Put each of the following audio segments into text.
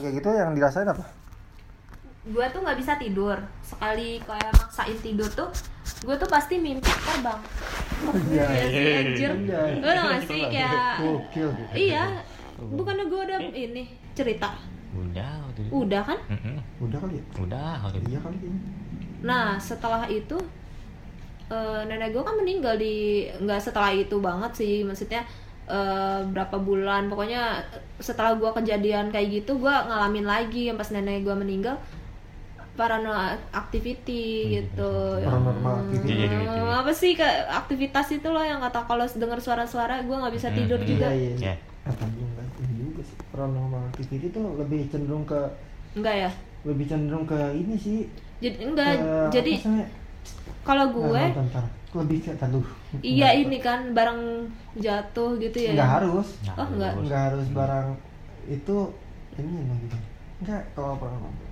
kayak gitu yang dirasain apa? Gue tuh nggak bisa tidur. Sekali kayak maksain tidur tuh, gue tuh pasti mimpi terbang. Iya, anjir. Lo tau gak sih kayak gokil. iya, bukannya gue udah ini cerita. Udah kan? Udah kali ya? Udah. Iya kali ini. Nah setelah itu nenek gue kan meninggal nggak setelah itu banget sih, maksudnya berapa bulan, pokoknya setelah gue kejadian kayak gitu gue ngalamin lagi yang pas nenek gue meninggal paranormal activity gitu. Paranormal activity. Apa sih aktivitas itu loh yang kata kalau dengar suara-suara gue nggak bisa tidur juga. Iya. Ini juga sih. Paranormal activity tuh lebih cenderung ke Enggak ya? lebih cenderung ke ini sih. Jadi kalau gue lebih ke tadu. iya ini kan barang jatuh gitu ya. Enggak harus. Oh enggak Harus barang itu ini gitu. Enggak, kalau paranormal.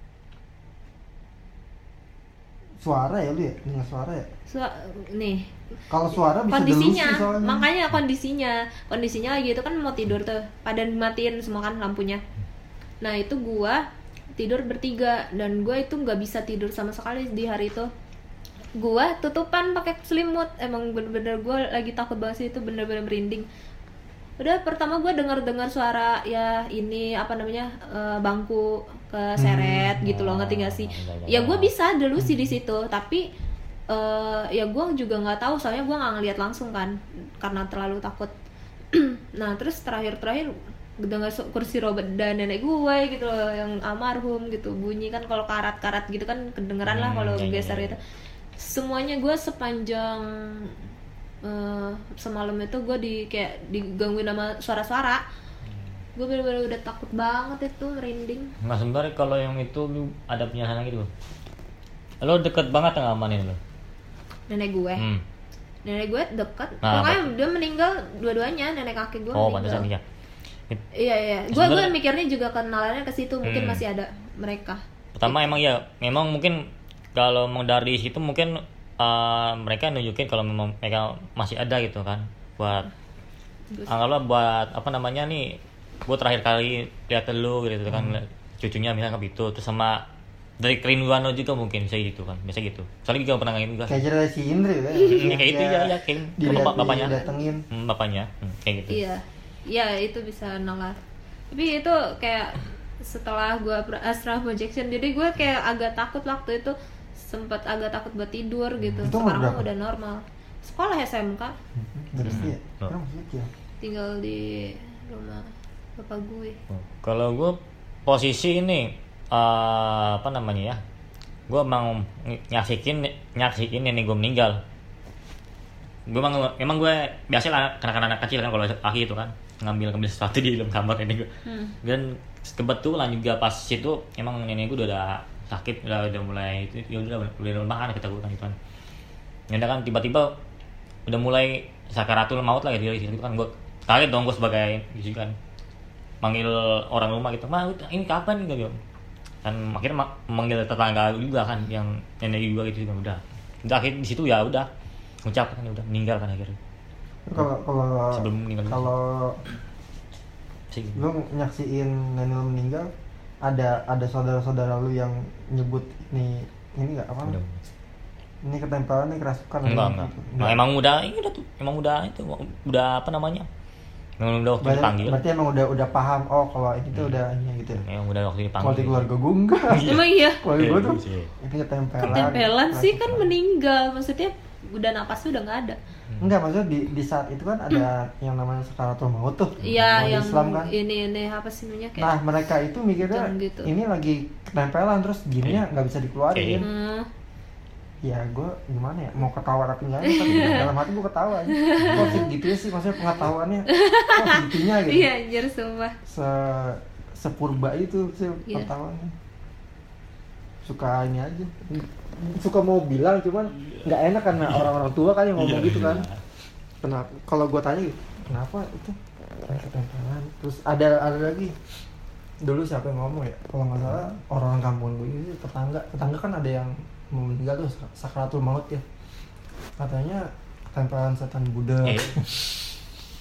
Suara ya lu ya? Dengar suara ya? Nih. Kalau suara bisa kondisinya, delusi soalnya. makanya kondisinya lagi itu kan mau tidur tuh, pada matiin semua kan lampunya. Nah itu gua tidur bertiga dan gua itu nggak bisa tidur sama sekali di hari itu. Gua tutupan pakai selimut, emang bener-bener gua lagi takut banget sih, itu bener-bener merinding. Udah pertama gua dengar suara ya ini apa namanya bangku keseret gitu loh, ngerti gak sih? Ya gua bisa delusi di situ, tapi ya gue juga nggak tahu soalnya gue nggak ngeliat langsung kan karena terlalu takut. Nah terus terakhir dengar kursi roda nenek gue gitu loh yang almarhum gitu bunyi kan, kalau karat gitu kan kedengeran lah kalau geser gitu. Semuanya gue sepanjang semalam itu gue kayak digangguin sama suara-suara. Gue bener-bener udah takut banget itu, merinding. Nah sebenarnya kalau yang itu lu ada penjelasan gitu. Lo deket banget sama ini lo? Nenek gue. Nenek gue deket. Nah, pokoknya dia meninggal dua-duanya, nenek kakek gue meninggal. Pantesan ya. Iya. Gue mikirnya juga kenalannya ke situ, mungkin masih ada mereka. Pertama memang mungkin kalau dari situ mungkin mereka nunjukin kalau memang mereka masih ada gitu kan, buat anggaplah buat apa namanya nih, gue terakhir kali lihat lu gitu kan, cucunya misalnya gitu, terus sama dari kerinduan lo juga mungkin bisa gitu kan, biasa gitu. Soalnya juga pernah ngalamin juga. Kayak cerita si Indri kan. Kayak itu ya kayak bapaknya. Bapaknya kayak gitu. Iya itu bisa nalar. Tapi itu kayak setelah gue astral projection, jadi gue kayak agak takut waktu itu, sempat agak takut buat tidur gitu. Itu sekarang udah normal. Sekolah SMK. Terus dia tinggal di rumah bapak gue. Kalau gue posisi ini apa namanya ya, gue emang nyaksiin nenek gue meninggal. Gue emang gue biasa lah karena anak kecil kan, kalau laki itu kan ngambil sesuatu di dalam kamar nenek gue. Dan kebetulan juga pas situ emang nenek gue udah sakit, udah mulai itu ya udah makan kita gue kan gitu kan. Ya kan tiba-tiba udah mulai sakaratul maut lah gitu kan. Gue kaget dong gue sebagai gitu kan, manggil orang rumah gitu, "Ma, ini kapan gitu?" Kan akhirnya manggil tetangga juga kan yang nenek juga gitu kan, udah akhirnya di situ ya udah ngucap kan, udah meninggal kan akhirnya. Kalau sebelum meninggal, kalau lu nyaksiin nenek lu meninggal, ada saudara-saudara lu yang nyebut ini nggak apa? Ini ketempelan nih, kerasukan. Enggak. Nah, emang udah apa namanya? Udah waktu dipanggil. Berarti emang udah paham, oh kalau ini tuh udah ini gitu. Emang udah waktu dipanggil. Kalau di keluarga gue enggak. Emang iya. Keluarga gue tuh ini ketempelan sih kan meninggal, maksudnya udah napasnya udah nggak ada. Enggak, maksudnya di saat itu kan ada yang namanya sakaratul maut tuh. Iya, yang Islam kan. Ini apa sih namanya kayak. Nah, mereka itu mikirnya gitu. Ini lagi ketempelan terus jinnya nggak bisa dikeluarin. Ya gue gimana ya, mau ketawa tapi nggak, tapi dalam hati gue ketawa. Kok gitu ya sih, maksudnya pengetahuannya kok segitunya gitu. Iya anjir sumpah. Sepurba itu sih pengetahuannya. Suka ini aja, suka mau bilang cuman nggak enak karena orang-orang tua kan yang ngomong gitu kan. Kenapa? Kalau gue tanya kenapa itu ketempelan? Terus ada lagi dulu siapa yang ngomong ya? Kalau nggak salah orang kampung gue ini tetangga kan ada yang mau meninggal tuh sakaratul maut ya, katanya ketempelan setan Buddha.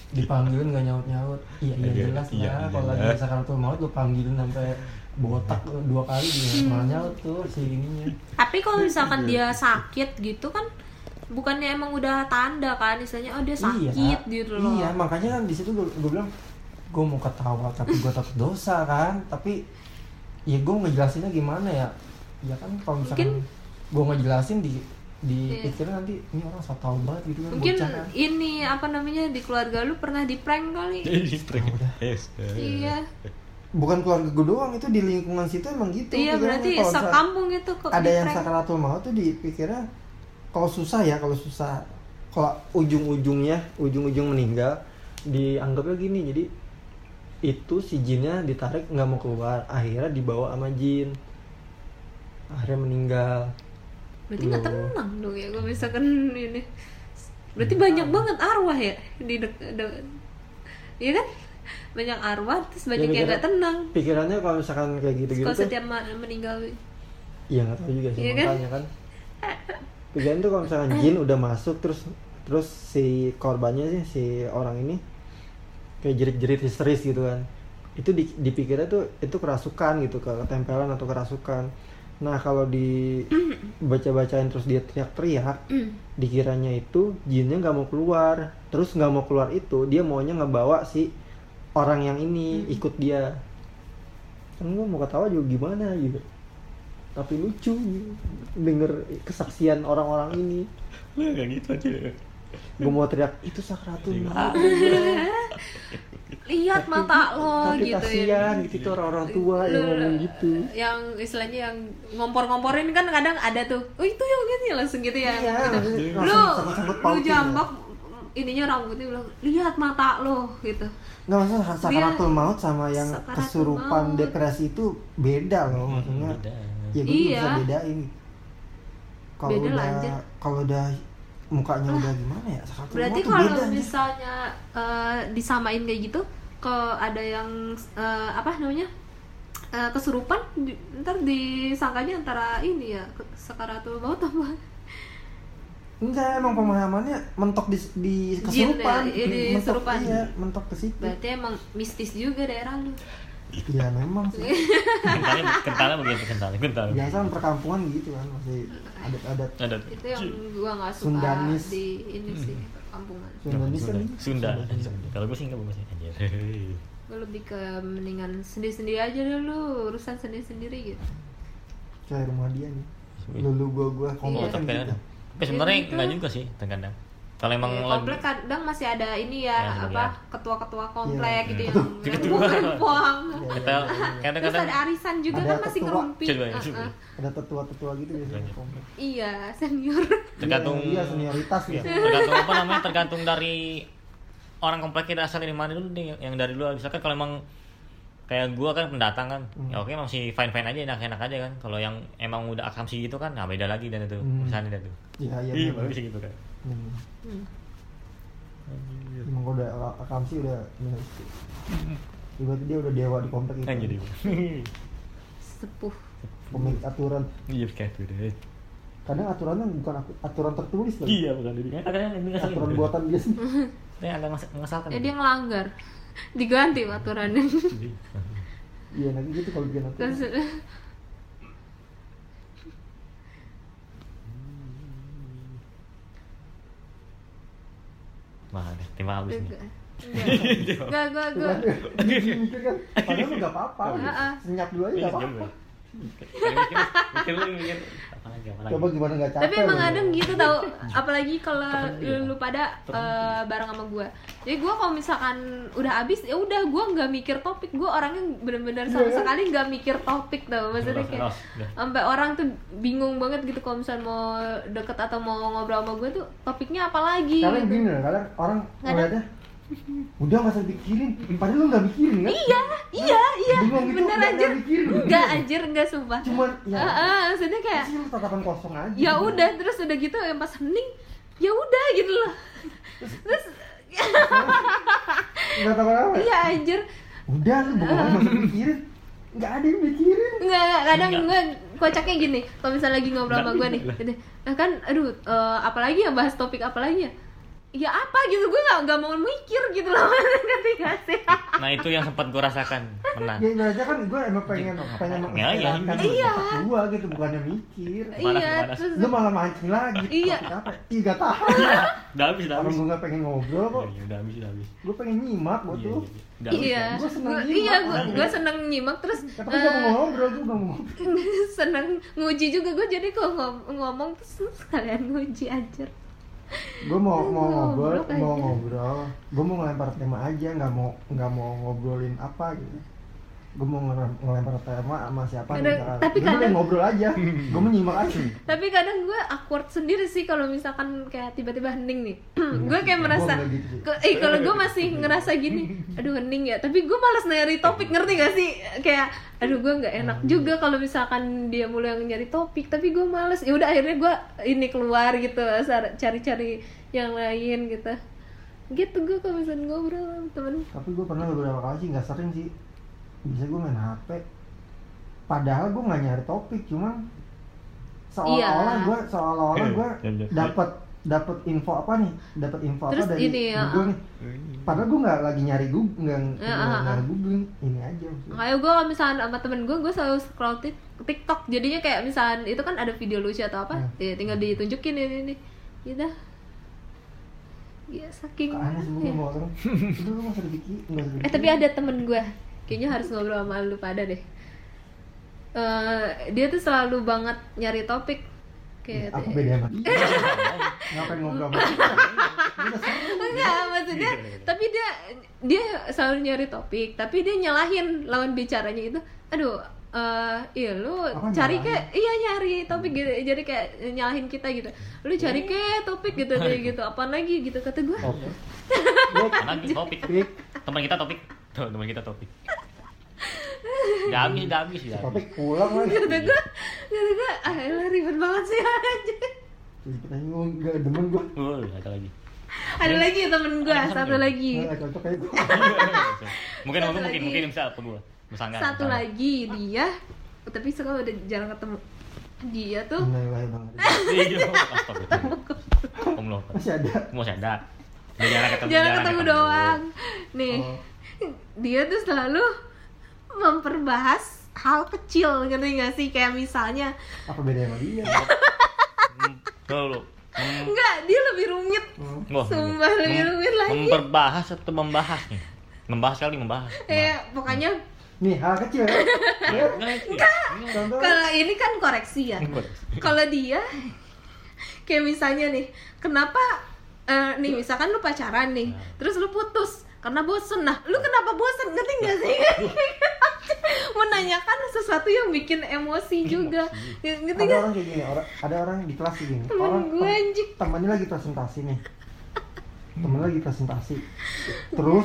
dipanggilin nggak nyaut. Iya jelas lah. Kalau lagi sakaratul maut lu panggilin sampai botak 2 kali dia malah nyaut tuh si ininya. Tapi kalau misalkan dia sakit gitu kan bukannya emang udah tanda kan, istilahnya dia sakit gitu loh. Iya, makanya kan di situ gue bilang gue mau ketawa tapi gue takut dosa kan. Tapi ya gue ngejelasinnya gimana ya? Ya kan kalau misalkan gue ngejelasin pikirnya nanti ini orang so tau banget gitu kan. Mungkin kan. ini apa namanya di keluarga lu pernah di prank kali. Di prank. Iya. Bukan keluarga gue doang, itu di lingkungan situ emang gitu. Iya, berarti sekampung itu kok. Ada yang sakaratul maut tuh dipikirnya kalau susah, kalau ujung meninggal dianggapnya gini, jadi itu si jinnya ditarik nggak mau keluar, akhirnya dibawa sama jin, akhirnya meninggal. Berarti nggak tenang dong ya kalau misalkan ini. Berarti banyak banget arwah ya di iya kan? Banyak arwah terus banyak yang nggak tenang. Pikirannya kalau misalkan kayak gitu-gitu kalau setiap meninggal. Iya nggak tahu juga sih, iya makanya kan. Pikiran tuh kalau misalkan jin udah masuk terus si korbannya sih, si orang ini kayak jerit-jerit histeris gitu kan, itu dipikirnya tuh itu kerasukan gitu, ketempelan atau kerasukan. Nah kalau dibaca-bacain terus dia teriak-teriak, dikiranya itu jinnya nggak mau keluar, terus nggak mau keluar itu dia maunya ngebawa si orang yang ini ikut dia. Kan gue mau ketawa juga gimana gitu, tapi lucu gitu. Denger kesaksian orang-orang ini. Kayak gitu aja. Gue mau teriak itu sakratul maut. Lihat mata lo tapi gitu kasihan ya. gitu tuh orang tua yang ngomong gitu. Yang istilahnya yang ngompor-ngomporin kan kadang ada tuh. Oh itu yang gitu ya langsung gitu ya. Iya, gitu. Lu jambak ininya rambutnya bilang lihat mata lo gitu. Nggak, maksudnya sakaratul maut sama yang sakaratul kesurupan maut. Depresi itu beda loh, maksudnya. Ya gue Iya. bisa bedain. Kalau udah mukanya udah gimana ya, sakaratul berarti maut tuh kalau beda. misalnya disamain kayak gitu ke ada yang apa namanya kesurupan ntar disangkanya antara ini ya sakaratul maut apa Enggak, emang pemahamannya mentok di kesurupan. di kesurupan. Iya, mentok ke situ. berarti emang mistis juga daerah lu. Iya memang sih. Kentalnya begitu, kental. Biasa perkampungan gitu kan, masih adat. Itu yang gua nggak suka Sundanis. di ini sih perkampungan. Sundanis kan Sunda. Kalau gue sih enggak bagus anjir. Gue lebih ke mendingan sendiri-sendiri aja dulu, urusan sendiri-sendiri gitu. kayak rumah dia nih. Lulu gua komplek kan gitu. Tapi sebenarnya gitu. enggak juga sih terkadang. Kalau emang komplek kadang masih ada ini ya, Ya, apa ketua-ketua komplek Iya. gitu yang ngomong. kita Terus kadang-kadang ada arisan juga ada kan masih ketua. ngerumpi. Coba, Ada tetua-tetua gitu biasanya komplek. Iya, senior. tergantung Iya, senioritas Iya, gitu. tergantung apa namanya, tergantung dari orang komplek kita asal dari mana dulu nih, yang dari luar. Misalkan kalau emang kayak gua kan pendatang kan, ya oke masih fine aja, enak aja kan. Kalau yang emang udah akamsi gitu kan, nah beda lagi dan itu urusannya itu. Iya, bagus sih gitu kan. Emang kalau udah akamsi udah berarti dia udah dewa di komplek itu. Kan jadi. Sepuh. Pemilik aturan. Iya kayak itu deh. Kadang aturannya bukan aturan tertulis lagi. Iya bukan jadi. Kadang ini nggak Aturan buatan dia sih. Ini agak mengesalkan. Ya dia ngelanggar. Diganti aturannya. Iya, nanti gitu kalau bikin aturan. Terus Mahal deh, terima habis nih. Enggak, gue Mikir kan, padahal nggak apa-apa. Senyap dulu aja nggak apa-apa. Mikir apa lagi. Coba gimana nggak capek. tapi emang loh. ada gitu tau, apalagi kalau lu pada bareng sama gue. Jadi gue kalau misalkan udah habis ya udah gue nggak mikir topik, gue orangnya benar-benar sama sekali nggak mikir topik tau, maksudnya kayak sampai orang tuh bingung banget gitu kalau misalnya mau deket atau mau ngobrol sama gue tuh topiknya apa lagi. Kadang gitu. gini loh, kadang orang ngeliatnya udah nggak usah dipikirin, padahal lu nggak mikirin kan? Iya, Bingung gitu, bener nggak anjir. mikirin. Enggak anjir, enggak sumpah. Cuman ya, Maksudnya kayak sih lu tatapan kosong aja. ya udah, terus udah gitu yang pas hening ya udah gitu loh. Terus nggak tahu apa. iya anjir. Udah lu bengong nggak usah mikirin, nggak ada yang mikirin. Enggak, kadang gue kocaknya gini. Kalau misalnya lagi ngobrol sama gue nih, gitu. Kan aduh, apalagi ya bahas topik apalagi ya? ya apa gitu, gue nggak mau mikir gitu loh. Ngerti gak sih? Nah itu yang sempat gue rasakan pernah. Ya aja kan gue emang pengen mengistirahatkan gue gitu, bukannya mikir. Iya, terus lu malah mancing lagi. Iya. Apa? Iya tahu. Udah habis. Orang gue nggak pengen ngobrol kok. Iya, udah habis. Gue pengen nyimak buat tuh. Iya, gue seneng nyimak. gue seneng nyimak terus. Tapi gue mau ngobrol, gue nggak mau. Seneng nguji juga gue, jadi kalau ngomong terus sekalian nguji aja. Gue mau ngobrol, Goblok aja. mau ngobrol. Gue mau ngelempar tema aja, nggak mau ngobrolin apa gitu. Gue mau ngelempar tema sama siapa nih. Tapi gue kadang ngobrol aja, gue mau nyimak aja. Tapi kadang gue awkward sendiri sih kalau misalkan kayak tiba-tiba hening nih. Gue kayak merasa Gitu. kalau gue masih ngerasa gini, aduh hening ya. Tapi gue malas nyari topik, ngerti gak sih? Kayak aduh gue nggak enak juga kalau misalkan dia mulai yang nyari topik, tapi gue males. Ya udah akhirnya gue ini keluar gitu, cari-cari yang lain gitu. Gitu gue kalau misalkan ngobrol sama temen. Tapi gue pernah beberapa kali sih, nggak sering sih. Bisa gue main HP. Padahal gue nggak nyari topik, cuman seolah-olah gue dapat info apa nih? Dapat info terus apa dari ini, Google nih? Padahal gue nggak lagi nyari Google, nggak googling ini aja. Kayak gue kalau misalnya sama temen gue selalu scroll TikTok, jadinya kayak misalnya itu kan ada video lucu atau apa, ya tinggal ditunjukin ini gitu. Ya saking Aneh sih mau orang. Itu lu nggak usah dipikir. tapi ada temen gue, kayaknya harus ngobrol sama lu pada deh. Dia tuh selalu banget nyari topik kayak Apa beda sama dia? Ngapain ngobrol sama dia? enggak, maksudnya tapi dia selalu nyari topik, tapi dia nyalahin lawan bicaranya itu. Aduh, iya lu Apa cari nyalahin? nyari topik gitu, jadi kayak nyalahin kita gitu. Lu cari ke topik gitu gitu, apa lagi gitu kata gue. Oke. Lagi topik. Teman kita topik. Tuh, teman kita topik. Udah habis. Topik pulang lagi. Kata gue, lah ribet banget sih aja. Pertanyaan gue nggak demen gue. Ada lagi. Ada lagi temen gue, satu lagi. Nggak cocok kayak gue. Mungkin Satu lagi. bisa apa gua. Misalnya. Satu lagi dia, tapi sekarang udah jarang ketemu. Dia tuh Innalillahi banget. Masih ada. Masih ada. Udah jarang ketemu doang. Nih, dia tuh selalu memperbahas hal kecil, ngerti gak sih? Kayak misalnya Apa beda sama dia? Kalau enggak, dia lebih rumit. Sumpah lebih rumit lagi. Memperbahas atau membahas nih? Membahas. Pokoknya Nih hal kecil ya. Contoh. kalau ini kan koreksi ya. Kalau dia kayak misalnya nih, kenapa nih misalkan lu pacaran nih, terus lu putus karena bosen. Nah, lu kenapa bosen? Ngerti gak sih? Menanyakan sesuatu yang bikin emosi juga. Ngerti Ada gak? orang kayak gini, ada orang di kelas kayak gini. Temen gue anjing. Temennya lagi presentasi nih. Temennya lagi presentasi. Terus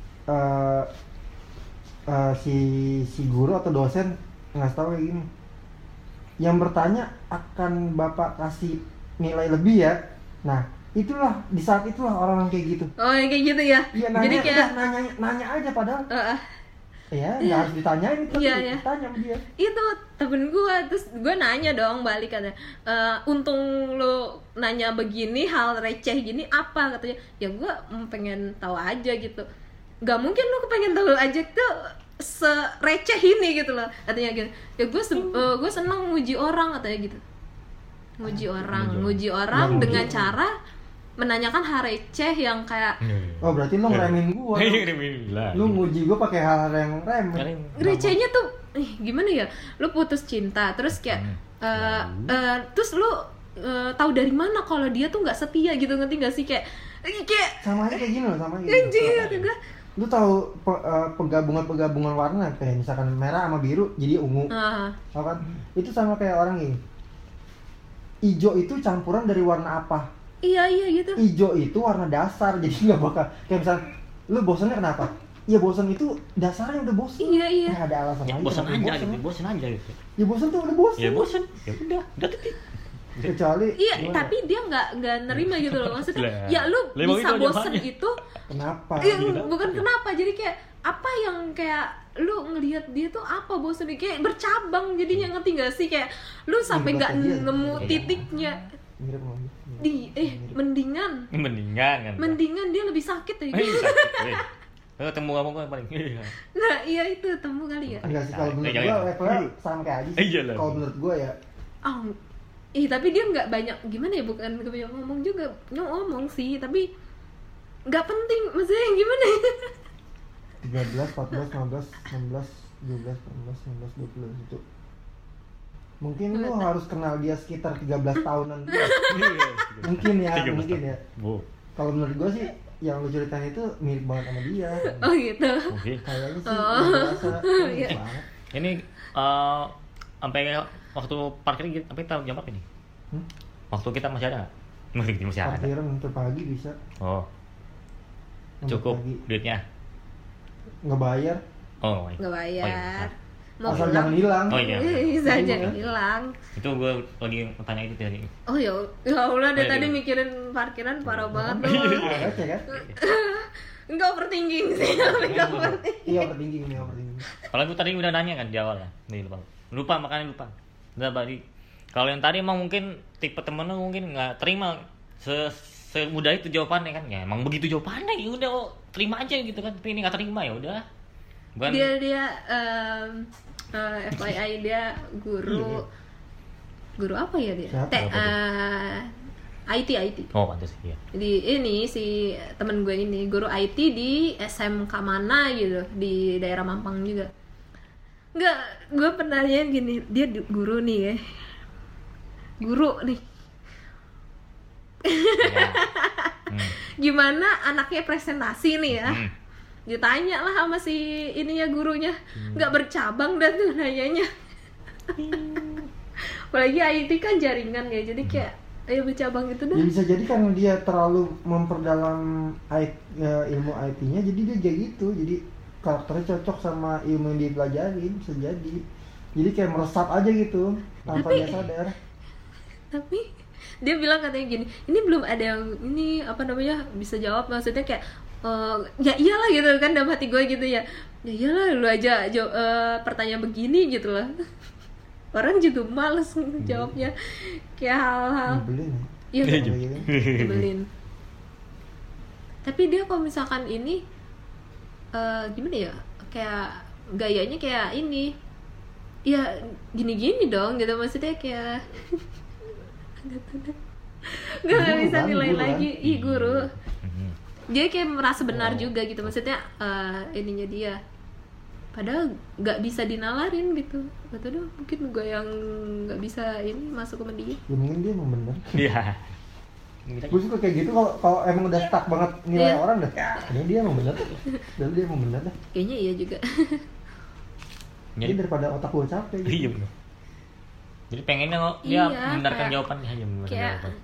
si guru atau dosen ngasih tahu kayak gini. Yang bertanya akan Bapak kasih nilai lebih ya. Nah, itulah di saat itulah orang-orang kayak gitu. Oh, yang kayak gitu ya. Iya, nanya, Jadi kayak nanya aja padahal. Ya, nggak harus ditanyain itu, Iya. ditanya sama dia. itu temen gue, terus gue nanya dong balik, katanya untung lo nanya begini, hal receh gini apa, katanya. Ya gue pengen tahu aja gitu, nggak mungkin lo pengen tahu aja tuh sereceh ini gitu loh, katanya gitu. Ya gue seneng nguji orang, katanya gitu. Nguji orang Ya, dengan cara menanyakan hal receh yang kayak Oh, berarti lo ngeremin gua. Lu nguji gua pakai hal-hal yang remeh. recehnya tuh gimana ya, lu putus cinta terus kayak terus lu tahu dari mana kalau dia tuh nggak setia gitu, ngerti nggak sih? Kayak Sama aja kayak gini loh, sama aja. anjir gue. Lu tahu penggabungan warna kayak misalkan merah sama biru jadi ungu. Tau kan? Itu sama kayak orang ini. Ijo itu campuran dari warna apa? Iya gitu. Ijo itu warna dasar, jadi nggak bakal kayak misalnya lu bosannya kenapa? Ya bosan itu dasarnya udah bosan. Iya. Nggak ada alasan lain. Bosan aja gitu. Ya bosan tuh udah bosan. Ya bosan. Ya udah titik. Kecuali gimana? Tapi dia nggak nerima gitu loh, maksudnya. Ya lu bisa bosan itu. Kenapa? Bukan kenapa, jadi kayak apa yang kayak lu ngelihat dia tuh apa bosan, kayak bercabang jadinya, ngerti nggak sih? Kayak lu sampai nggak nemu titiknya. mirip sama dia. Mendingan kan. Mendingan dia lebih sakit ya. Sakit. Temu kamu kan paling. Nah iya itu temu kali ya. Enggak sih, kalau menurut gue levelnya sama kayak Aji sih. Kalau menurut gue ya. Tapi dia nggak banyak gimana ya, bukan kebanyak ngomong juga, ngomong sih tapi nggak penting, maksudnya gimana ya? 13, 14, 15, 16, 12, 14, 16, 20 itu. Mungkin lu harus kenal dia sekitar 13 tahunan dulu. Mungkin ya. Kalau menurut gue sih yang lu ceritain itu mirip banget sama dia. Oh gitu. Kayaknya sih biasa. Iya. Ini sampai waktu parkir sampai tahu jam apa ini? Waktu kita masih ada nggak? Masih ada. Parkiran sampai pagi bisa. Oh. Cukup duitnya? Nggak bayar. Oh, nggak bayar. Asal jangan hilang. Oh iya. Bisa aja hilang. Itu gue lagi tanya itu tadi. Oh ya Allah, dari tadi mikirin parkiran parah banget loh. Receh kan? Enggak overthinking sih, enggak overthinking. Iya overthinking. Kalau gue tadi udah nanya kan di awal ya. Nih lupa makanya lupa. Udah balik. Kalau yang tadi emang mungkin tipe temen lu mungkin nggak terima semudah itu jawabannya kan, ya emang begitu jawabannya, ya udah terima aja gitu kan. Tapi ini nggak terima ya udah. Bukan... Dia FYI dia guru apa ya dia? IT. Oh pantas iya. Jadi ini si temen gue ini guru IT di SMK mana gitu di daerah Mampang juga. Enggak, gue pernah nanya gini, dia guru nih ya. Guru nih. Gimana anaknya presentasi nih ya? Ditanya lah sama si ininya gurunya, nggak bercabang dah tuh nanyanya. Apalagi IT kan jaringan ya, jadi kayak ayo bercabang gitu dah. Ya bisa jadi karena dia terlalu memperdalam ilmu IT-nya, jadi dia kayak gitu. Jadi karakternya cocok sama ilmu yang dia pelajarin, bisa jadi. Jadi kayak meresap aja gitu tanpa dia sadar. Tapi dia bilang katanya gini, ini belum ada yang ini apa namanya bisa jawab, maksudnya kayak ya iyalah gitu kan dalam hati gue gitu ya. Ya iyalah lu aja pertanyaan begini gitu lah. Orang juga males jawabnya kayak hal-hal. Iya, nyebelin. Tapi dia kalau misalkan ini gimana ya? Kayak gayanya kayak ini. Ya gini-gini dong gitu, maksudnya kayak nggak bisa nilai lagi. Ih guru. Dia kayak merasa benar juga gitu, maksudnya ininya dia. Padahal nggak bisa dinalarin gitu. Gak tau dong, mungkin gue yang nggak bisa ini masuk ke dia. Ya mungkin dia emang bener. Iya. Gue suka kayak gitu kalau emang udah stuck banget nilai orang dah. Kayaknya dia emang bener. Dan dia emang bener dah. Kayaknya iya juga. Jadi daripada otak gue capek gitu. Iya bener. Jadi pengennya dia membenarkan jawabannya aja, jawaban.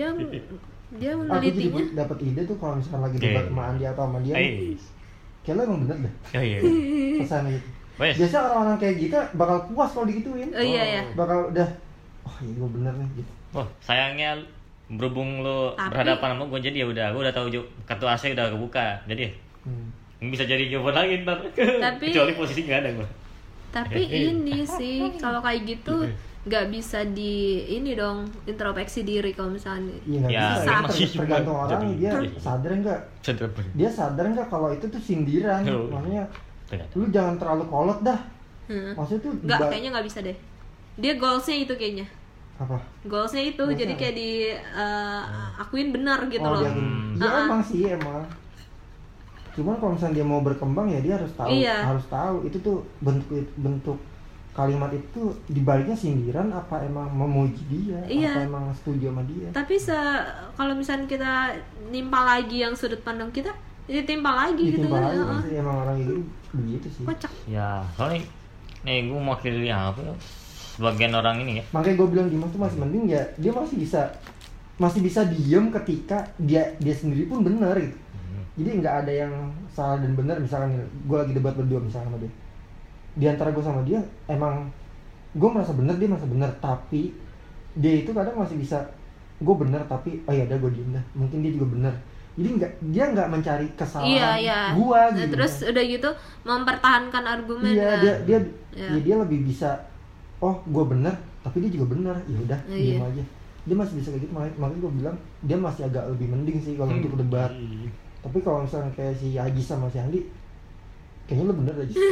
Dia menelitinya. Aku jadi dapat ide tuh kalau misalkan lagi debat sama Andi atau sama dia. Kayak lo emang bener deh. Oh iya. Pesan gitu. Biasanya orang-orang kayak gitu bakal puas kalau digituin. Oh iya. Bakal udah, oh iya gue bener nih gitu. Oh sayangnya berhubung lo berhadapan sama gue, jadi ya udah, gue udah tahu kartu AC udah kebuka, jadi bisa jadi jawaban lagi ntar. Tapi kecuali posisi nggak ada gue. Tapi ini sih kalau kayak gitu nggak bisa di ini dong introspeksi diri kalau misalnya. Iya nggak bisa. Tergantung orang dia sadar nggak. Dia sadar nggak kalau itu tuh sindiran. Makanya lu jangan terlalu kolot dah. Maksudnya tuh nggak, kayaknya nggak bisa deh. Dia goalsnya itu kayaknya. Apa? Goalsnya itu jadi kayak di akuin benar gitu loh. Iya emang sih emang. Cuman kalau misalnya dia mau berkembang ya dia harus tahu, harus tahu itu tuh bentuk kalimat itu dibaliknya sindiran apa emang memuji dia, apa emang setuju sama dia. Tapi kalau misalnya kita nimpa lagi yang sudut pandang kita, ditimpa lagi gitu kan. Lagi, emang orang itu begitu sih. Kocak. Ya, soalnya nih gue mau pilih apa ya? Sebagian orang ini ya. Makanya gue bilang Dimas tuh masih mending ya, dia masih bisa diem ketika dia sendiri pun benar gitu. Jadi nggak ada yang salah dan benar. Misalkan gue lagi debat berdua misalnya sama dia, di antara gue sama dia emang gue merasa benar, dia merasa benar, tapi dia itu kadang masih bisa gue benar tapi oh ya udah gue diem dah, mungkin dia juga benar. Jadi dia nggak mencari kesalahan gue gitu. Terus udah gitu mempertahankan argumen. Dia lebih bisa oh gue benar tapi dia juga benar, ya udah diem aja. dia masih bisa kayak gitu, makanya gue bilang dia masih agak lebih mending sih kalau untuk debat. Tapi kalau misalnya kayak si Haji sama si Andi, kayaknya lo bener aja.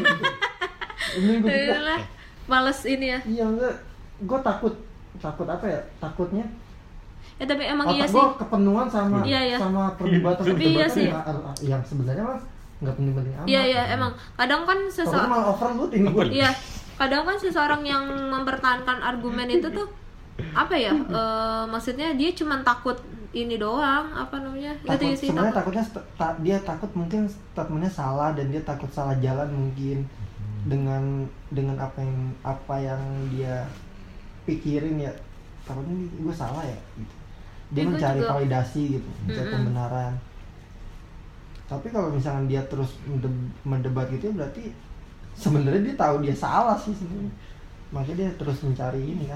Ini gue juga males ini ya. Iya, enggak, gue takut apa ya, takutnya ya tapi emang otak iya sih gue kepenuhan sama iya. sama perdebatan Iya sih. yang sebenarnya mah nggak penting-penting amat. Iya emang kadang kan Soalnya malah overload ini gue. Iya, kadang kan seseorang yang mempertahankan argumen itu tuh apa ya? Maksudnya dia cuma takut ini doang, apa namanya? Takut, sebenarnya takutnya dia takut mungkin statementnya salah dan dia takut salah jalan mungkin dengan apa yang dia pikirin ya, takutnya gue salah ya gitu. Dia mencari validasi gitu, mencari pembenaran. Tapi kalau misalnya dia terus mendebat gitu berarti sebenarnya dia tahu dia salah sih sebenarnya. Makanya dia terus mencari ini kan.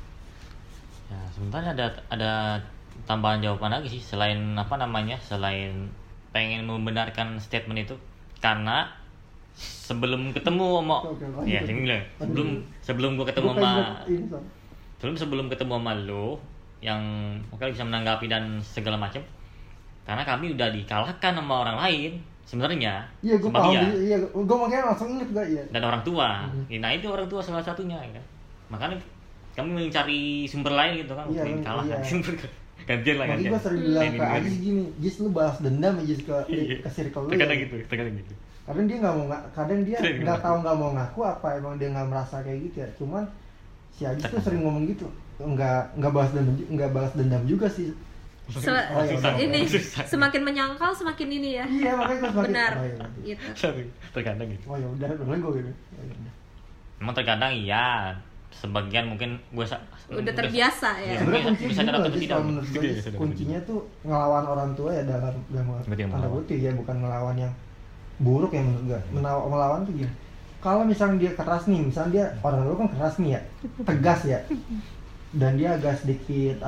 Ya, sebenarnya ada tambahan jawaban lagi sih selain selain pengen membenarkan statement itu, karena sebelum ketemu sama ya sebelum gua ketemu sama sebelum ketemu sama lo yang mungkin bisa menanggapi dan segala macam, karena kami udah dikalahkan sama orang lain sebenarnya. Iya, gue paham. Iya, gue makanya langsung inget gak ya. Dan orang tua. Nah itu orang tua salah satunya kan. Makanya kami mencari sumber lain gitu kan, untuk kalahkan sumber gantian lah gantian. Makanya gue sering bilang ke Ajis gini, Jis lu balas dendam ya Jis ke circle lu. Terkadang ya. gitu. Kadang dia nggak tahu nggak mau ngaku apa emang dia nggak merasa kayak gitu ya. Cuman si Ajis tuh sering ngomong gitu, nggak balas dendam juga sih. Ini semakin menyangkal semakin ini ya. Iya, makanya gue semakin benar gitu. Terkadang gitu. Oh ya udah gue gitu. Emang terkadang iya, sebagian mungkin gue udah terbiasa ya. Sebenarnya bisa dapat atau tidak. Kuncinya tuh ngelawan orang tua ya dalam tanda kutip ya, bukan ngelawan yang buruk ya menurut gue. Melawan tuh gini. Kalau misalnya dia keras nih, misalnya dia orang tua kan keras nih ya, tegas ya, dan dia agak sedikit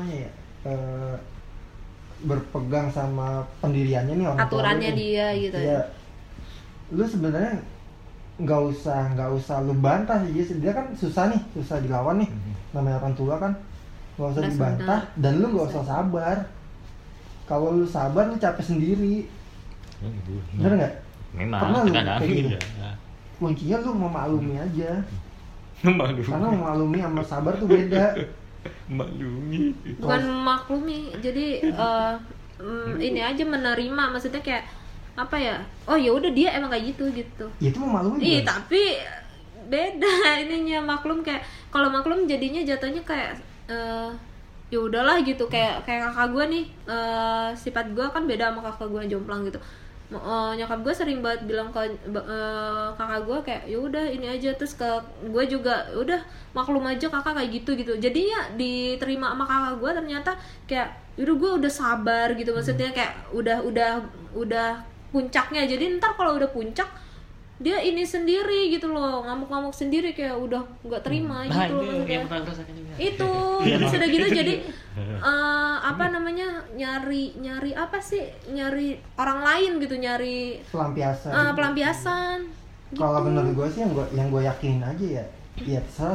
berpegang sama pendiriannya nih orang aturannya dia gitu ya. Lu sebenarnya nggak usah lu bantah sih, dia kan susah dilawan nih, namanya orang tua kan nggak usah dibantah dan lu nggak usah sabar. Kalau lu sabar lu capek sendiri. Bener nggak? Memang pernah lu kayak gitu? Ya. Kuncinya lu memaklumi aja. Karena memaklumi sama sabar tuh beda. Maklumi. Bukan memaklumi, jadi ini aja menerima, maksudnya kayak apa ya? Oh ya udah dia emang kayak gitu. Ya, itu memaklumi. Iya, tapi beda ininya maklum, kayak kalau maklum jadinya jatuhnya kayak ya udahlah gitu, kayak kakak gue nih, sifat gue kan beda sama kakak gue jomplang gitu. Nyokap gue sering banget bilang ke kakak gue kayak ya udah ini aja, terus ke gue juga udah maklum aja kakak kayak gitu. Jadinya diterima sama kakak gue, ternyata kayak yaudah gue udah sabar gitu, maksudnya kayak udah puncaknya. Jadi ntar kalau udah puncak dia ini sendiri gitu loh, ngamuk-ngamuk sendiri, kayak udah nggak terima gitu loh maksudnya. Itu sudah gitu jadi nyari apa sih, nyari orang lain gitu, nyari pelampiasan gitu. Kalau menurut gue sih yang gue yakinin aja ya terserah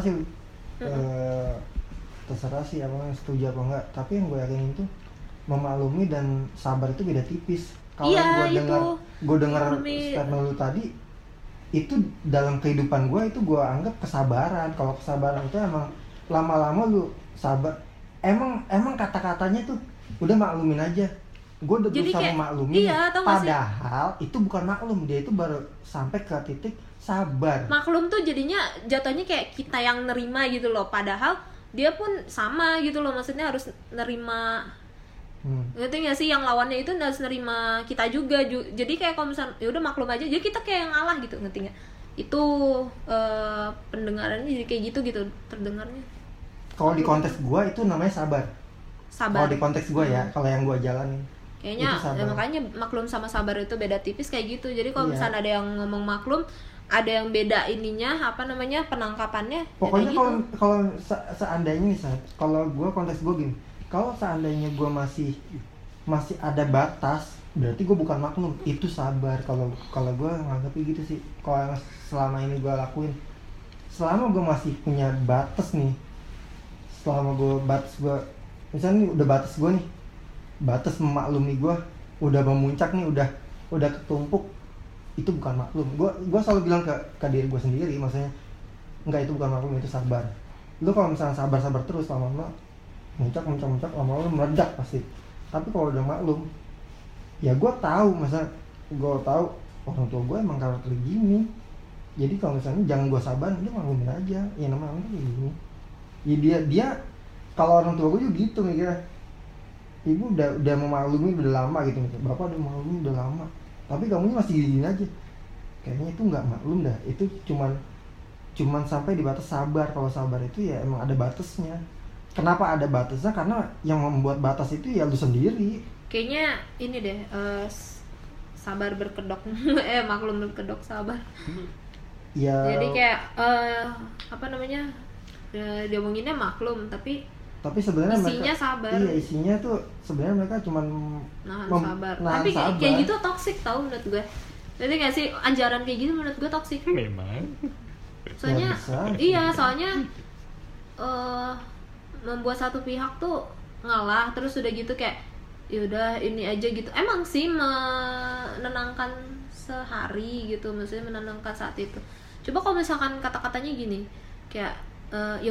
sih apa setuju apa enggak, tapi yang gue yakinin itu memaklumi dan sabar itu beda tipis. Kalau gue dengar statement lu tadi, itu dalam kehidupan gue itu gue anggap kesabaran. Kalau kesabaran itu emang lama-lama lu sabar, emang kata-katanya tuh udah maklumin aja. Gue udah berusaha memaklumin, padahal itu bukan maklum, dia itu baru sampai ke titik sabar. Maklum tuh jadinya jatuhnya kayak kita yang nerima gitu loh, padahal dia pun sama gitu loh, maksudnya harus nerima. Ngerti nggak sih, yang lawannya itu harus nerima kita juga. Jadi kayak kalau misalnya ya udah maklum aja, jadi kita kayak yang ngalah gitu, ngerti nggak? Itu pendengarannya jadi kayak gitu terdengarnya. Kalau di konteks gue itu namanya sabar. Kalau di konteks gue ya, kalau yang gue jalanin kayaknya ya, makanya maklum sama sabar itu beda tipis kayak gitu. Jadi kalau misalnya ada yang ngomong maklum, ada yang beda ininya penangkapannya. Pokoknya gitu. kalau seandainya misalnya, kalau gue konteks gue gini, kalau seandainya gue masih ada batas, berarti gue bukan maklum, itu sabar. Kalau gue nganggapnya gitu sih. Kalau selama ini gue lakuin, selama gue masih punya batas nih, selama gue misalnya nih udah batas gue nih, batas memaklumi gue udah memuncak nih, udah ketumpuk, itu bukan maklum. Gue selalu bilang ke diri gue sendiri, maksudnya enggak, itu bukan maklum, itu sabar. Lu kalau misalnya sabar terus, lama-lama muncak, lama-lama meledak pasti. Tapi kalau udah maklum, ya gue tahu, misalnya gue tahu orang tua gue emang karakter gini, jadi kalau misalnya jangan gue sabar, dia maklumin aja, ya namanya kayak gini. Ya dia kalau orang tua gue juga gitu mikirnya, ibu udah memaklumi udah lama gitu, bapak udah memaklumi udah lama, tapi kamu masih gini aja, kayaknya itu nggak maklum dah. Itu cuman sampai di batas sabar. Kalau sabar itu ya emang ada batasnya. Kenapa ada batasnya? Karena yang membuat batas itu ya lu sendiri. Kayaknya ini deh, sabar berkedok maklum berkedok sabar. Ya. Jadi kayak apa namanya, diomonginnya maklum tapi sebenarnya isinya mereka, sabar. Iya, isinya tuh sebenarnya mereka cuman sabar. Tapi sabar. kayak gitu toksik tau menurut gue. Jadi nggak sih anjaran kayak gitu menurut gue toksik. Memang. Soalnya ya, soalnya membuat satu pihak tuh ngalah, terus udah gitu kayak yaudah ini aja gitu. Emang sih menenangkan sehari gitu, maksudnya menenangkan saat itu. Coba kalau misalkan kata-katanya gini kayak ya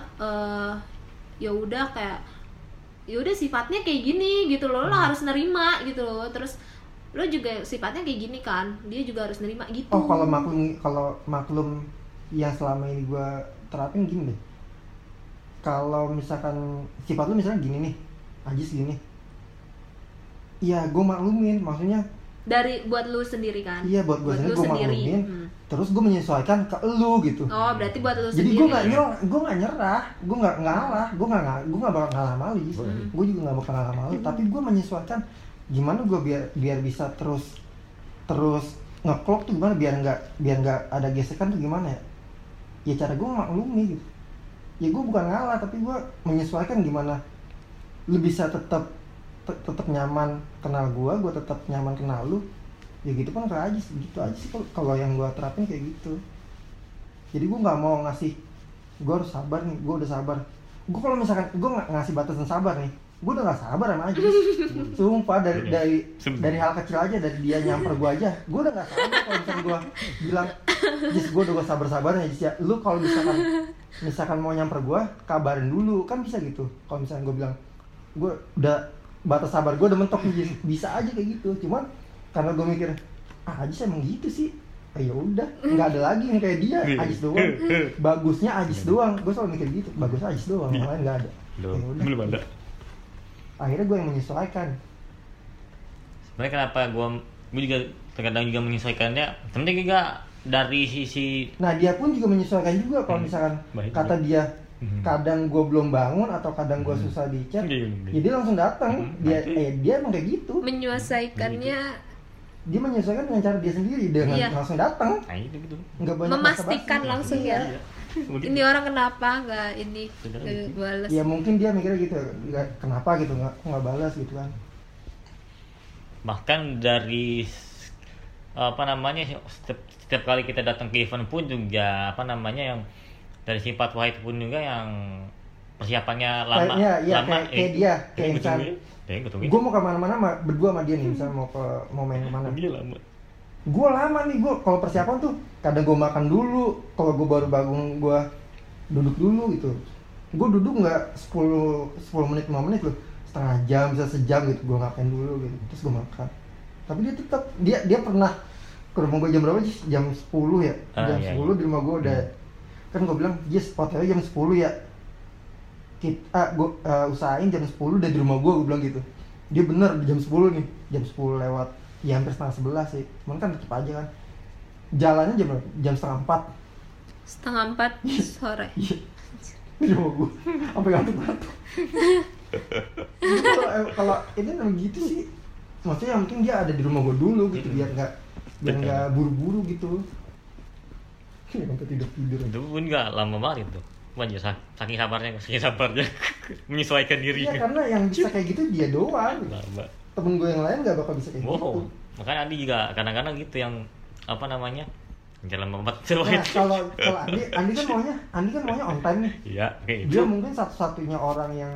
udah kayak ya udah sifatnya kayak gini gitu loh, lo harus nerima gitu loh, terus lo juga sifatnya kayak gini kan, dia juga harus nerima gitu. Oh, kalau maklum yang selama ini gue terapin gini deh. Kalau misalkan sifat lu misalnya gini nih, Ajis gini, ya gue maklumin, maksudnya dari buat lu sendiri kan? Iya, buat gue maklumin. Terus gue menyesuaikan ke lu gitu. Oh, berarti buat lu jadi sendiri. Jadi gue nggak nyerah, gue nggak ngalah, gue nggak bakal ngalah mali. Gue juga nggak bakal ngalah mali. Tapi gue menyesuaikan gimana gue biar bisa terus ngeklop tuh gimana, biar nggak ada gesekan tuh gimana ya? Ya cara gue maklumi gitu. Ya gue bukan ngalah, tapi gue menyesuaikan gimana lu bisa tetap nyaman kenal gue tetap nyaman kenal lu. Ya gitu kan kayak gitu aja sih kalau yang gue terapin kayak gitu. Jadi gue nggak mau ngasih, gue harus sabar nih, gue udah sabar. Gue kalau misalkan gue nggak ngasih batasan sabar nih, gue udah nggak sabar sama Ajis. Sumpah dari hal kecil aja, dari dia nyamper gue aja, gue udah nggak sabar. Kalau misalkan gue bilang, Jis gue udah sabar-sabarnya Jis ya, lu kalau misalkan mau nyamper gue, kabarin dulu, kan bisa gitu. Kalau misalkan gue bilang, gue udah batas sabar gue udah mentok nih Jis, bisa aja kayak gitu. Cuman karena gue mikir, Ajis emang gitu sih, ya udah, nggak ada lagi yang kayak dia, Ajis doang. Bagusnya Ajis doang, gue selalu mikir gitu, bagusnya Ajis doang, yang lain nggak ada. Belum ada. Akhirnya gue yang menyesuaikan. Sebenarnya kenapa gue juga terkadang juga menyesuaikannya, penting juga dari sisi. Nah dia pun juga menyesuaikan juga kalau misalkan kata dia kadang gue belum bangun atau kadang gue susah di chat, ya dia langsung datang. Dia emang kayak gitu. Menyesuaikannya. Dia menyesuaikan dengan cara dia sendiri, dengan langsung datang. Nah, itu gitu. Nggak banyak memastikan basa-basi. langsung ya. Ini orang kenapa nggak ini balas? Ya mungkin dia mikirnya gitu, kenapa gitu nggak balas gitu kan. Bahkan dari setiap kali kita datang ke event pun juga yang dari sifat Wahid pun juga yang persiapannya lama. Kayak dia, kayak misalnya gue mau kemana-mana berdua sama dia nih, misalnya mau main kemana. Gue lama nih, gue kalau persiapan tuh kadang gue makan dulu, kalau gue baru bangun gue duduk dulu gitu. Gue duduk nggak 10 menit 5 menit loh, setengah jam bisa sejam gitu, gue ngapain dulu gitu, terus gue makan. Tapi dia tetap dia pernah ke rumah gue jam berapa sih? Jam 10 ya, jam 10 di rumah gue udah. Kan gue bilang, Jis hotelnya jam 10 ya, gue usahain jam 10 udah di rumah gue bilang gitu. Dia bener jam 10 nih, jam 10 lewat, ya hampir setengah 11 sih, cuman kan tetep aja kan jalannya jam setengah 4 sore. Di rumah gue sampai ngantuk. Kalau ini memang gitu sih, maksudnya yang penting dia ada di rumah gue dulu gitu, biar nggak buru-buru gitu. Sampai tidur itu pun nggak lama banget itu, aja saking sabarnya menyesuaikan diri. Iya, karena yang bisa kayak gitu dia doang. Temen gue yang lain nggak bakal bisa kayak gitu. Makanya Adi juga kadang-kadang gitu yang jalan membuat Nah, kalau Andi kan maunya on time nih. iya kayak Dia itu mungkin satu-satunya orang yang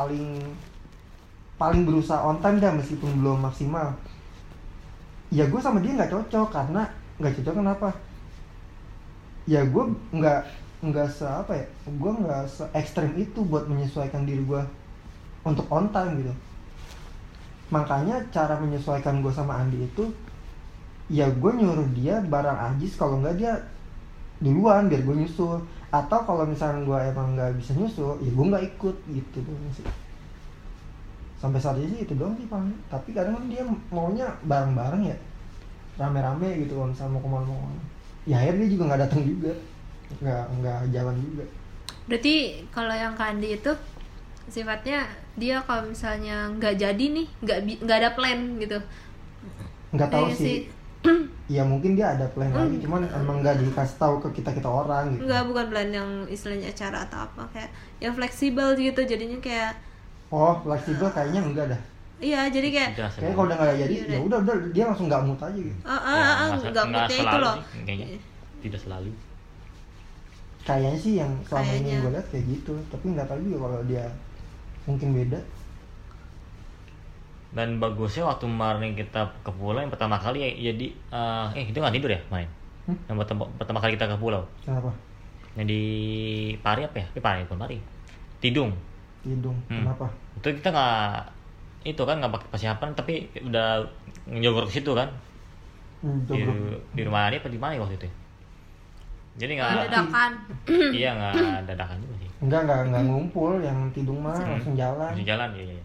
paling berusaha on time dah meskipun belum maksimal. Ya gue sama dia nggak cocok karena nggak cocok kenapa? Ya gue nggak apa ya? Gue nggak se ekstrem itu buat menyesuaikan diri gue untuk on time gitu. Makanya cara menyesuaikan gue sama Andi itu ya gue nyuruh dia barang ajis, kalau nggak dia duluan biar gue nyusul, atau kalau misalnya gue emang nggak bisa nyusul ya gue nggak ikut gitu doang sih. Sampai saat ini sih itu doang sih paling. Tapi kadang kan dia maunya bareng-bareng ya, rame-rame gitu kalau misalnya mau kemana-mana. Ya akhirnya dia juga nggak datang juga, nggak jalan juga. Berarti kalau yang Kandi itu sifatnya dia kalau misalnya nggak jadi nih, nggak ada plan gitu. Nggak tahu sih. Ya mungkin dia ada plan lagi, cuman emang nggak dikasih tahu ke kita orang gitu. Nggak, bukan plan yang istilahnya acara atau apa, kayak yang fleksibel gitu, jadinya kayak fleksibel kayaknya enggak dah. iya, jadi kayak kalau udah nggak jadi ya udah dia langsung nggak mood aja gitu. nggak moodnya itu loh sih, kayaknya tidak selalu. Kayaknya sih yang selama ini Kayaknya. gue lihat kayak gitu, tapi nggak tahu juga kalau dia mungkin beda. Dan bagusnya waktu kemarin kita ke pulau yang pertama kali ya, jadi itu nggak tidur ya main. Yang pertama kali kita ke pulau. Kenapa? Yang di Pari apa ya? Pari bukan Pari. Tidung. Kenapa? Itu kita nggak pakai persiapan, tapi udah ngejogor ke situ kan. Di rumah dia apa di mana waktu itu? Jadi nggak dadakan. Iya, nggak dadakan juga sih. Enggak ngumpul, yang Tidung mah langsung jalan. Langsung jalan, iya.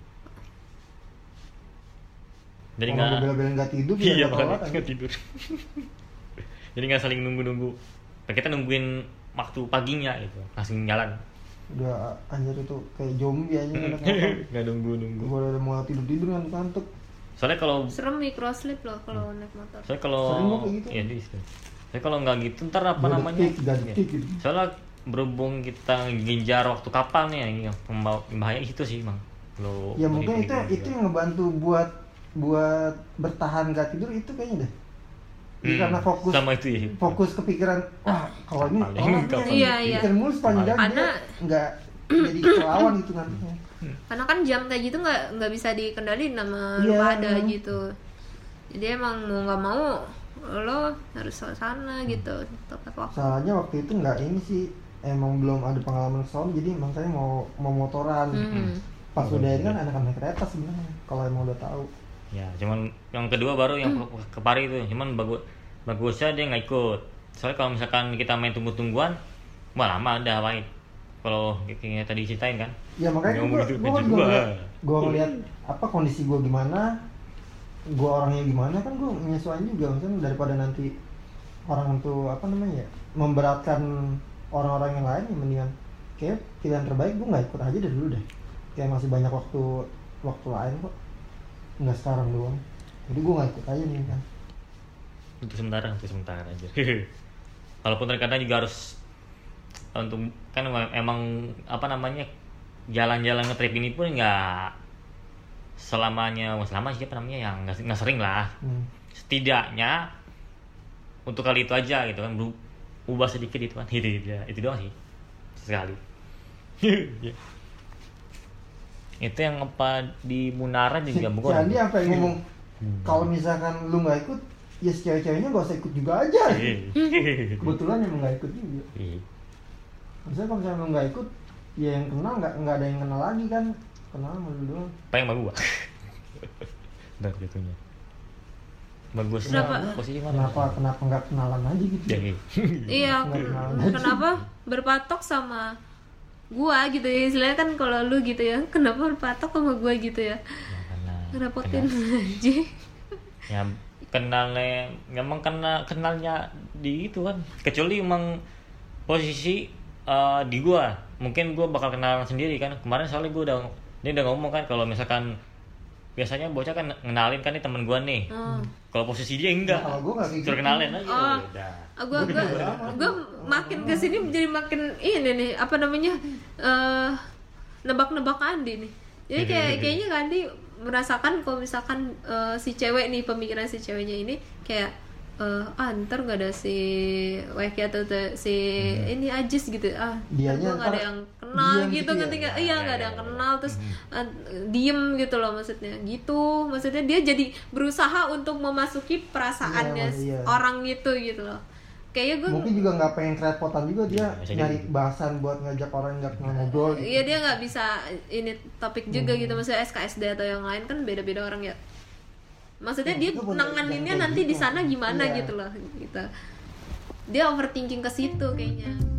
Jadi Kalau nggak bela-belain nggak tidur, iya, nggak tidur. Jadi nggak saling nunggu. Kita nungguin waktu paginya gitu, langsung jalan. Udah anjir itu kayak zombie aja Nggak nunggu. Gue udah mau tidur ngantuk. Soalnya kalau Serem micro sleep loh kalau naik motor. Soalnya kalau Sering kok kayak gitu. Iya, Soalnya kalau nggak gitu ntar apa namanya? 2 detik gitu. Soalnya berhubung kita ngejar waktu kapal nih yang bahaya itu sih, Bang. Lo Ya mungkin itu yang ngebantu buat bertahan gak tidur itu kayaknya deh. Karena sama itu ya. Fokus kepikiran, kalau ini Iya. pikir mulu sepanjang Karena nggak jadi kelawan gitu nantinya. Karena kan jam kayak gitu nggak bisa dikendalin sama Iya. lu pada gitu. Jadi emang mau nggak mau lo harus ke sana gitu tepat waktu. Soalnya waktu itu nggak ini sih, emang belum ada pengalaman sound, jadi makanya mau motoran. Pas udah ini kan anak-anak kereta sebenarnya kalau emang udah tahu. Ya, cuman yang kedua baru yang ke Pari itu, cuman bagusnya dia nggak ikut. Soalnya kalau misalkan kita main tunggu-tungguan, lama ada baik. Kalau kayak tadi ceritain kan. Ya makanya gue ngeliat apa kondisi gue gimana, gue orangnya gimana, kan gue menyesuaikan juga, misalnya daripada nanti orang tuh memberatkan orang-orang yang lain, ya mendingan kayak pilihan terbaik gue nggak ikut aja dari dulu deh. Kayak masih banyak waktu lain kok, nggak sekarang doang. Jadi gue nggak ikut aja nih kan. Untuk sementara aja. Walaupun terkadang juga harus untuk kan emang jalan-jalan nge-trip ini pun nggak selamanya yang nggak sering lah. Setidaknya untuk kali itu aja gitu kan, ubah sedikit itu kan, itu doang sih sekali. Itu yang apa di Munara juga bukan. Jadi apa yang ngomong kalau misalkan lu nggak ikut, ya cewek-ceweknya nggak usah ikut juga aja. Kebetulan emang nggak ikut juga. Misalnya kalau misalnya lu nggak ikut, ya yang kenal nggak ada yang kenal lagi kan, kenal sama lu doang. Apa yang sama gua? Dan gitunya. Bagus. Posisi mana? Kenapa nggak kenalan aja gitu? Iya, kenapa berpatok sama gua gitu ya, istilahnya kan kalau lu gitu ya, kenapa berpatok sama gua gitu ya, ngerepotin aja. Ya kenalnya di itu kan, kecuali emang posisi di gua, mungkin gua bakal kenalan sendiri kan. Kemarin soalnya dia udah ngomong kan, kalau misalkan biasanya bocah kan ngenalin kan nih temen gua nih. Kalau posisi dia enggak. Kalau gua enggak gitu. Kenalin aja. Gue makin kesini jadi makin ini nih nebak-nebak Andi nih. Jadi kayaknya Andi merasakan kalau misalkan si cewek nih, pemikiran si ceweknya ini kayak ntar nggak ada si Weki atau si ini Ajis gitu, Dianya gue nggak ada yang kenal diem gitu, gitu ya? ngerti nggak? Iya, nggak ada yang kenal, terus diem gitu loh maksudnya. Gitu, maksudnya dia jadi berusaha untuk memasuki perasaannya Iya. orang gitu loh. Kayaknya gue mungkin juga nggak pengen kerepotan juga dia Bisa nyari jadi. bahasan buat ngajak orang nggak ngobrol gitu. Iya, dia nggak bisa ini topik juga gitu, maksudnya SKSD atau yang lain kan beda-beda orang ya. Maksudnya dia Itu bener, nanganinnya jangan kayak nanti di gitu. sana gimana Iya. gitu loh gitu. Dia overthinking ke situ kayaknya.